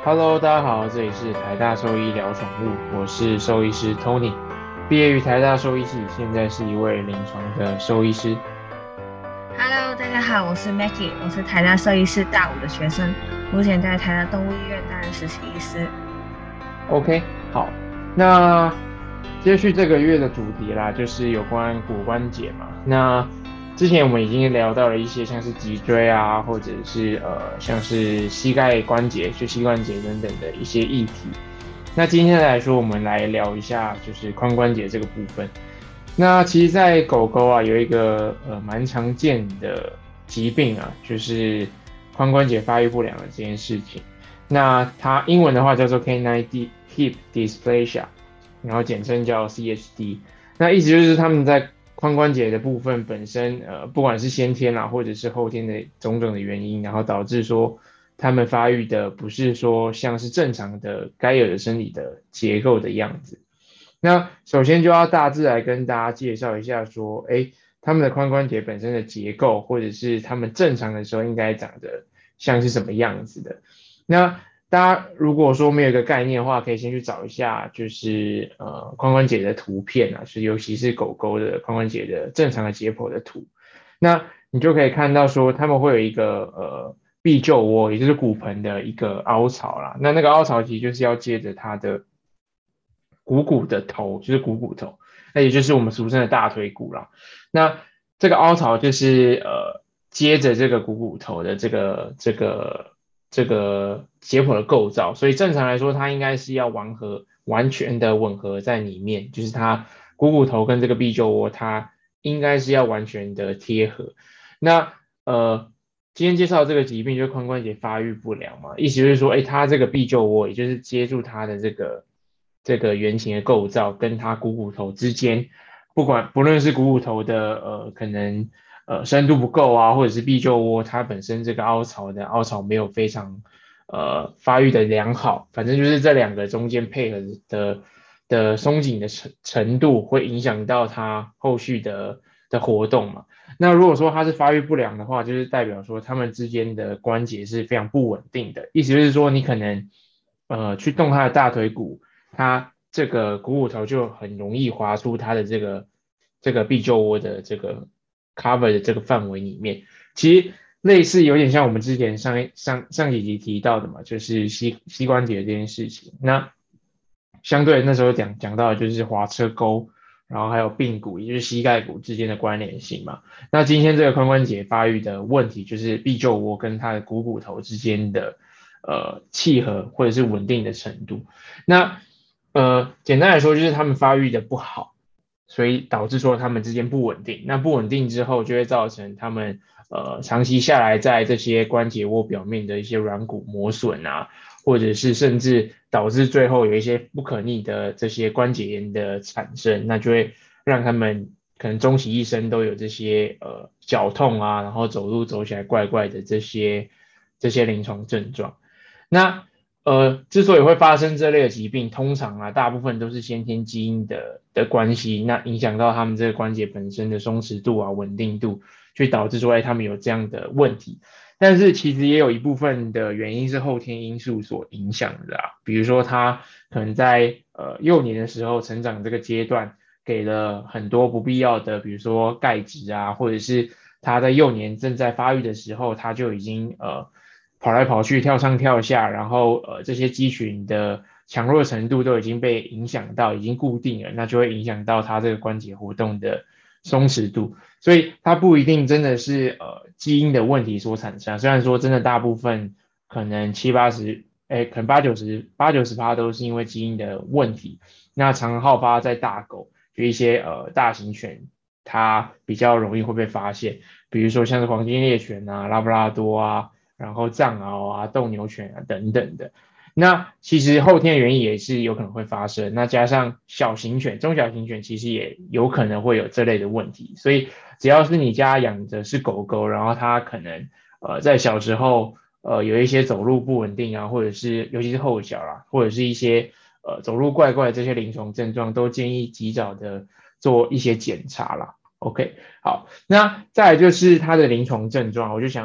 Hello，大家好，这里是台大兽医聊宠物，我是兽医师 Tony，毕业于台大兽医系，现在是一位临床的兽医师。 Hello，大家好，我是 Maggie，我是台大兽医师大五的学生，目前在台大动物医院担任实习医师。 OK，好，那接续这个月的主题啦，就是有关骨关节嘛。那之前我们已经聊到了一些像是脊椎啊，或者是像是膝盖关节、就膝关节等等的一些议题。那今天来说，我们来聊一下就是髋关节这个部分。那其实，在狗狗啊有一个蛮常见的疾病啊，就是髋关节发育不良的这件事情。那它英文的话叫做 Canine Hip Dysplasia，然后简称叫 CHD。那意思就是他们在髋关节的部分本身，不管是先天啦，或者是后天的种种的原因，然后导致说他们发育的不是说像是正常的该有的生理的结构的样子。那首先就要大致来跟大家介绍一下说，他们的髋关节本身的结构，或者是他们正常的时候应该长得像是什么样子的。那大家如果说没有一个概念的话，可以先去找一下，就是髋关节的图片啊，是尤其是狗狗的髋关节的正常的解剖的图。那你就可以看到说，他们会有一个臂臼窝，也就是骨盆的一个凹槽啦。那个凹槽其实就是要接着它的股的头，就是股头，那也就是我们俗称的大腿骨啦。那这个凹槽就是接着这个股头的这个解剖的构造，所以正常来说，它应该是要完全的吻合在里面，就是它股头跟这个臂臼窝，它应该是要完全的贴合。那今天介绍这个疾病就是髋关节发育不良嘛，意思就是说，它这个臂臼窝，也就是接住它的这个圆形的构造，跟它股头之间，不论是股头的可能深度不够啊，或者是臂臼窝它本身这个凹槽没有非常发育的良好，反正就是这两个中间配合的松紧的程度会影响到它后续的活动嘛。那如果说它是发育不良的话，就是代表说它们之间的关节是非常不稳定的，意思就是说你可能去动它的大腿骨，它这个股骨头就很容易滑出它的这个臂臼窝的这个 cover 的这个范围里面。其实类似有点像我们之前上几集提到的嘛，就是膝关节这件事情。那相对那时候讲到的就是滑车沟，然后还有髌骨，也就是膝盖骨之间的关联性嘛。那今天这个髋关节发育的问题，就是臂臼窝跟它的股骨头之间的契合或者是稳定的程度。那简单来说就是他们发育的不好，所以导致说他们之间不稳定。那不稳定之后，就会造成他们长期下来在这些关节窝表面的一些软骨磨损啊，或者是甚至导致最后有一些不可逆的这些关节炎的产生，那就会让他们可能终其一生都有这些脚痛啊，然后走路走起来怪怪的这些临床症状。那之所以会发生这类的疾病，通常啊，大部分都是先天基因的关系，那影响到他们这个关节本身的松弛度啊、稳定度，去导致说，他们有这样的问题。但是其实也有一部分的原因是后天因素所影响的啊，比如说他可能在幼年的时候成长这个阶段，给了很多不必要的，比如说钙质啊，或者是他在幼年正在发育的时候，他就已经跑来跑去、跳上跳下，然后这些肌群的强弱程度都已经被影响到，已经固定了，那就会影响到他这个关节活动的松弛度。所以它不一定真的是基因的问题所产生啊，虽然说真的大部分可能七八十，可能八九十趴都是因为基因的问题，那常好发在大狗，就一些大型犬，它比较容易会被发现，比如说像是黄金猎犬啊、拉布拉多啊，然后藏獒啊、斗牛犬啊等等的。那其实后天的原因也是有可能会发生，那加上小型犬、中小型犬其实也有可能会有这类的问题，所以只要是你家养的是狗狗，然后它可能在小时候有一些走路不稳定啊，或者是尤其是后脚啦，或者是一些走路怪怪的这些临床症状，都建议及早的做一些检查啦。OK，好，那再来就是它的临床症状，我就想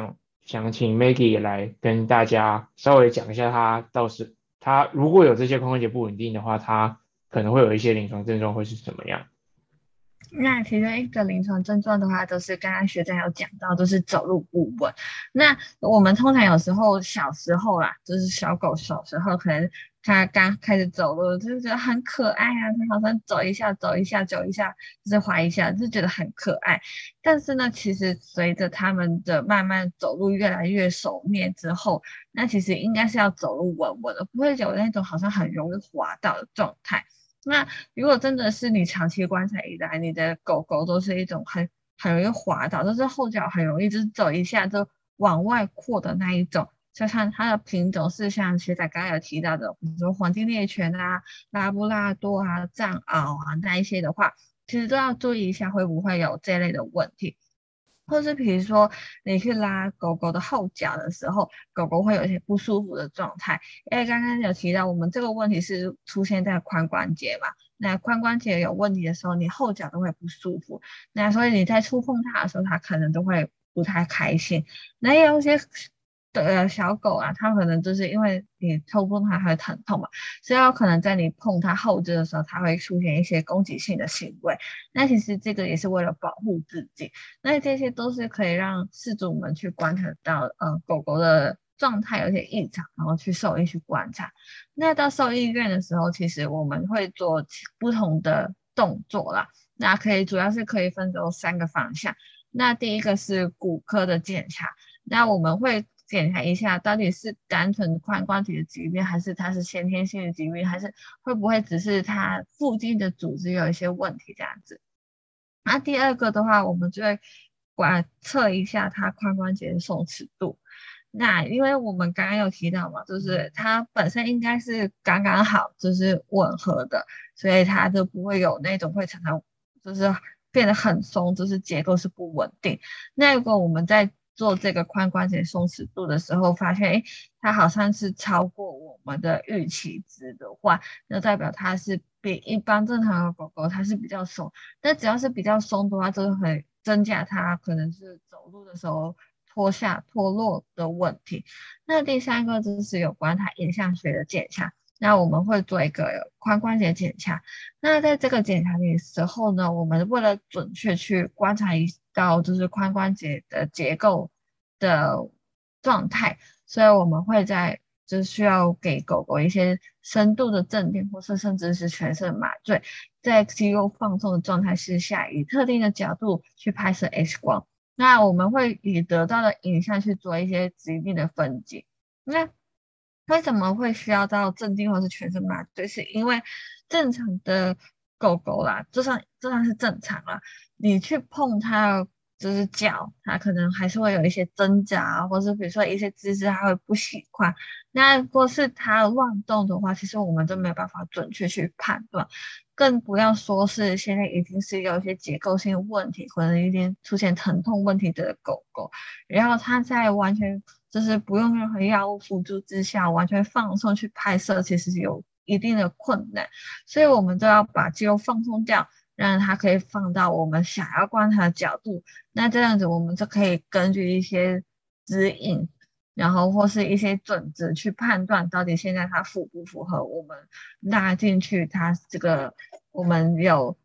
想请 Maggie 来跟大家稍微讲一下，他如果有这些髋关节不稳定的话，他可能会有一些临床症状会是怎么样？ 那其中一个临床症状的话，都是刚刚学长有讲到，都是走路不稳。那我们通常有时候小时候啦，就是小狗小时候可能它刚开始走路，就是觉得很可爱啊，它好像走一下走一下走一下，就是滑一下，就觉得很可爱。但是呢，其实随着他们的慢慢走路越来越熟练之后，那其实应该是要走路稳稳的，不会有那种好像很容易滑倒的状态。那如果真的是你长期观察以来，你的狗狗都是一种很容易滑倒，就是后脚很容易就是走一下就往外扩的那一种，就像它的品种是像学仔刚刚有提到的，比如说黄金猎犬啊、拉布拉多啊、藏獒啊那一些的话，其实都要注意一下会不会有这类的问题。或是比如说你去拉狗狗的后脚的时候，狗狗会有一些不舒服的状态。因为刚刚有提到，我们这个问题是出现在髋关节嘛，那髋关节有问题的时候，你后脚都会不舒服，那所以你在触碰它的时候，它可能都会不太开心。那也有一些小狗啊，它可能就是因为你触碰它会疼痛嘛，所以有可能在你碰它后肢的时候，它会出现一些攻击性的行为。那其实这个也是为了保护自己。那这些都是可以让饲主们去观察到，狗狗的状态有些异常，然后去兽医去观察。那到兽医院的时候，其实我们会做不同的动作啦。那主要是可以分成3个方向。那第一个是骨科的检查，那我们会检查一下到底是单纯髋关节的疾病，还是它是先天性的疾病，还是会不会只是它附近的组织有一些问题这样子。那第二个的话，我们就会测一下它髋关节的松弛度。那因为我们刚刚有提到嘛，就是它本身应该是刚刚好，就是吻合的，所以它就不会有那种会常常就是变得很松，就是结构是不稳定。那如果我们在做这个髋关节松弛度的时候，发现它好像是超过我们的预期值的话，那代表它是比一般正常的狗狗它是比较松。但只要是比较松的话，就会增加它可能是走路的时候脱落的问题。那第三个就是有关它影像学的检查，那我们会做一个髋关节检查。那在这个检查的时候呢，我们为了准确去观察到就是髋关节的结构的状态，所以我们会就是需要给狗狗一些深度的镇定，或是甚至是全身麻醉，在肌肉放松的状态之下，以特定的角度去拍摄 X 光。那我们会以得到的影像去做一些疾病的分级。那为什么会需要到镇定或是全身麻醉？是因为正常的狗狗啦，就算是正常啦，你去碰它就是脚，它可能还是会有一些挣扎，或是比如说一些姿势它会不习惯。那如果是它乱动的话，其实我们都没有办法准确去判断，更不要说是现在已经是有一些结构性问题，或者已经出现疼痛问题的狗狗，然后它在完全就是不用任何药物辅助之下，完全放松去拍摄，其实是有一定的困难，所以我们都要把肌肉放松掉，让它可以放到我们想要观察的角度。那这样子，我们就可以根据一些指引，然后或是一些准则去判断，到底现在它符不符合我们纳进去它这个我们有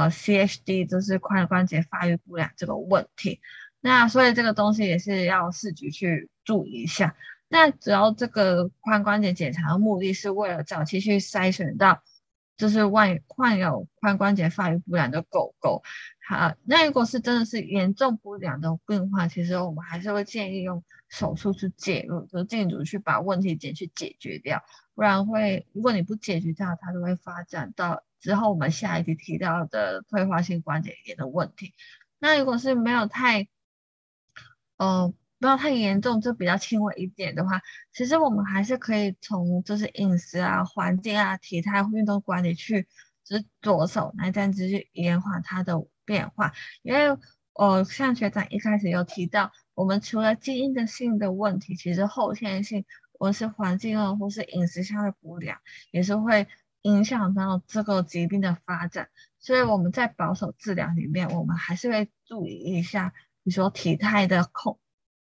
CHD，就是髋关节发育不良这个问题。那所以这个东西也是要自己去注意一下。那主要这个髋关节检查的目的是为了早期去筛选到，就是患有髋关节发育不良的狗狗。好，那如果是真的是严重不良的病患，其实我们还是会建议用手术去介入，就进组去把问题点去解决掉，不然如果你不解决掉，它就会发展到之后我们下一题提到的退化性关节炎的问题。那如果是没有太严重，就比较轻微一点的话，其实我们还是可以从就是饮食啊、环境啊、体态、运动管理去就是着手来这样子去延缓它的变化。因为像学长一开始有提到，我们除了基因的性的问题，其实后天性或是环境啊，或是饮食上的不良，也是会影响到这个疾病的发展。所以我们在保守治疗里面，我们还是会注意一下，比如说体态的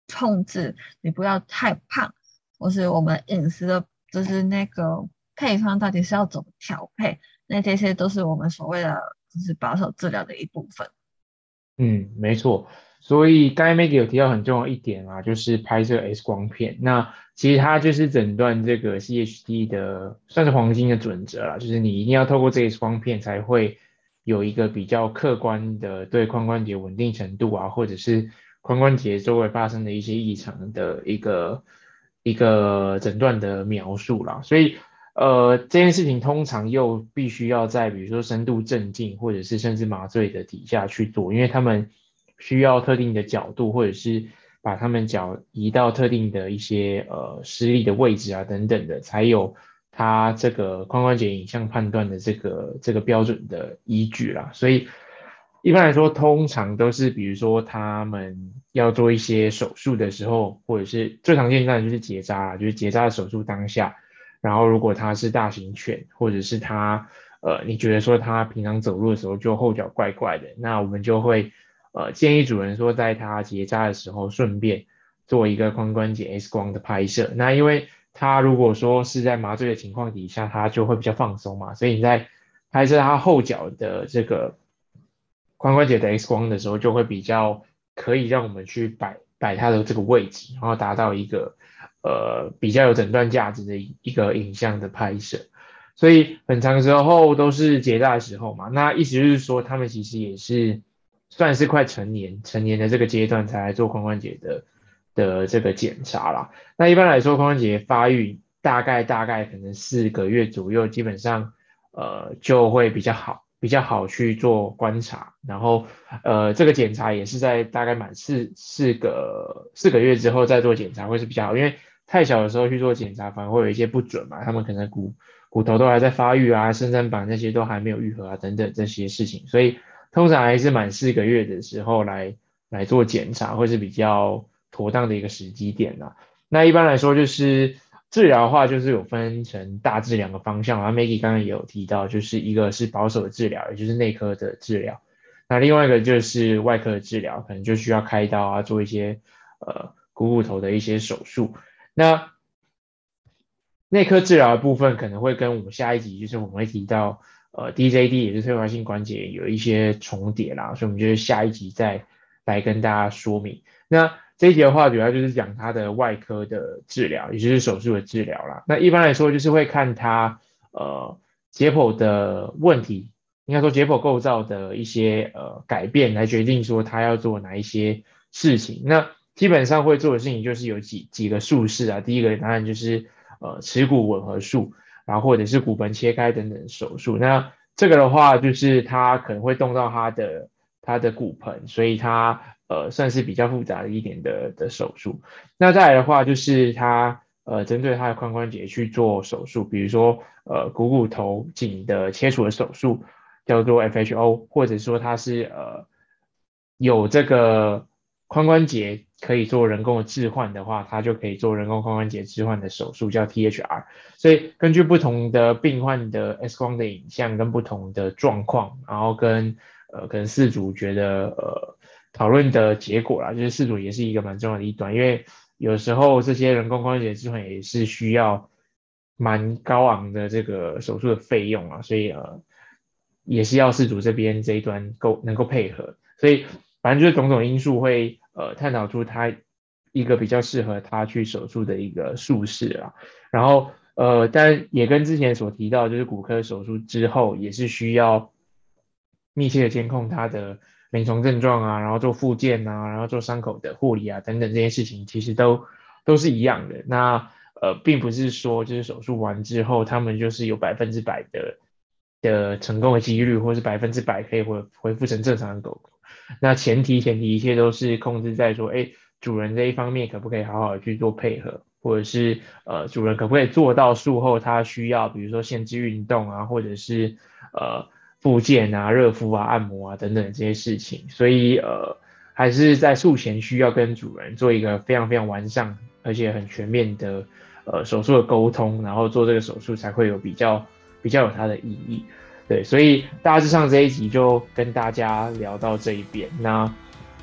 控制，你不要太胖，或是我们饮食的，就是那个配方到底是要怎么调配，那这些都是我们所谓的就是保守治疗的一部分。 没错。所以刚才 Maggie 有提到很重要一点啊，就是拍摄 X 光片。那其实它就是诊断这个 CHD 的算是黄金的准则啦，就是你一定要透过这个 X 光片才会有一个比较客观的对髋关节稳定程度啊，或者是髋关节周围发生的一些异常的一个诊断的描述啦。所以这件事情通常又必须要在比如说深度镇静或者是甚至麻醉的底下去做，因为他们需要特定的角度，或者是把他们脚移到特定的一些施力的位置啊等等的，才有它这个髋关节影像判断的这个标准的依据啦。所以一般来说，通常都是比如说他们要做一些手术的时候，或者是最常见的就是结扎啦，就是结扎的手术当下。然后如果它是大型犬，或者是它你觉得说它平常走路的时候就后脚怪怪的，那我们就会建议主人说在它结扎的时候顺便做一个髋关节 X 光的拍摄。那因为它如果说是在麻醉的情况底下，它就会比较放松嘛，所以你在拍摄它后脚的这个髋关节的 X 光的时候，就会比较可以让我们去摆它的这个位置，然后达到一个比较有诊断价值的一个影像的拍摄。所以很长时候都是结扎的时候嘛，那意思就是说他们其实也是算是快成年的这个阶段才来做髋关节的这个检查啦。那一般来说，髋关节发育大概可能4个月左右，基本上就会比较好去做观察。然后这个检查也是在大概满四个月之后再做检查会是比较好，因为太小的时候去做检查反而会有一些不准嘛，他们可能骨头都还在发育啊，生长板那些都还没有愈合啊等等这些事情，所以通常还是满4个月的时候来做检查会是比较妥当的一个时机点啦。那一般来说就是治疗的话，就是有分成大致2个方向，然后 Maggie 刚刚也有提到，就是一个是保守的治疗，也就是内科的治疗，那另外一个就是外科的治疗，可能就需要开刀啊，做一些股骨头的一些手术。那内科治疗的部分可能会跟我们下一集，就是我们会提到DJD 也是退化性关节有一些重叠啦，所以我们就是下一集再来跟大家说明。那这一集的话，主要就是讲它的外科的治疗，也就是手术的治疗啦。那一般来说，就是会看它解剖的问题，应该说解剖构造的一些改变，来决定说它要做哪一些事情。那基本上会做的事情就是有几个术式啊，第一个当然就是耻骨吻合术，然后或者是骨盆切开等等手术。那这个的话，就是它可能会动到它的骨盆，所以它算是比较复杂的一点的手术。那再来的话，就是它针对它的髋关节去做手术，比如说股骨头颈的切除的手术，叫做 FHO，或者说它是有这个髋关节可以做人工的置换的话，它就可以做人工髋关节置换的手术，叫 THR。所以根据不同的病患的 X 光的影像跟不同的状况，然后跟可能饲主觉得讨论的结果啦，就是饲主也是一个蛮重要的一端，因为有时候这些人工髋关节置换也是需要蛮高昂的这个手术的费用啊，所以也是要饲主这边这一端能够配合，所以反正就是种种因素会探讨出他一个比较适合他去手术的一个术式啦。然后但也跟之前所提到，就是骨科手术之后也是需要密切的监控他的临床症状啊，然后做复健啊，然后做伤口的护理啊等等这些事情，其实都是一样的。那并不是说就是手术完之后，他们就是有100%的成功的几率，或是100%可以恢复成正常的狗狗。那前提一切都是控制在说，哎，主人这一方面可不可以好好的去做配合，或者是主人可不可以做到术后他需要，比如说限制运动啊，或者是复健啊、热敷啊、按摩啊等等这些事情。所以还是在术前需要跟主人做一个非常非常完善而且很全面的手术的沟通，然后做这个手术才会有比较有它的意义。对，所以大致上这一集就跟大家聊到这一边。那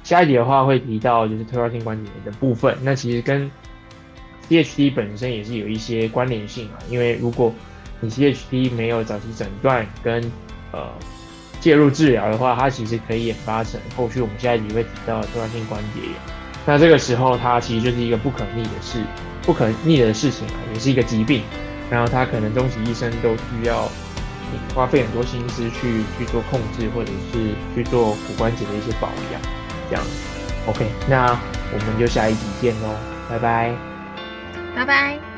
下一集的话会提到就是退化性关节炎的部分，那其实跟 CHD 本身也是有一些关联性啊，因为如果你 CHD 没有早期诊断跟介入治疗的话，它其实可以演发成后续我们下一集会提到的退化性关节炎。那这个时候它其实就是一个不可逆的事情啊，也是一个疾病。然后它可能终其一生都需要你花费很多心思去做控制，或者是去做骨关节的一些保养，这样。OK， 那我们就下一集见喽，拜拜。 拜拜。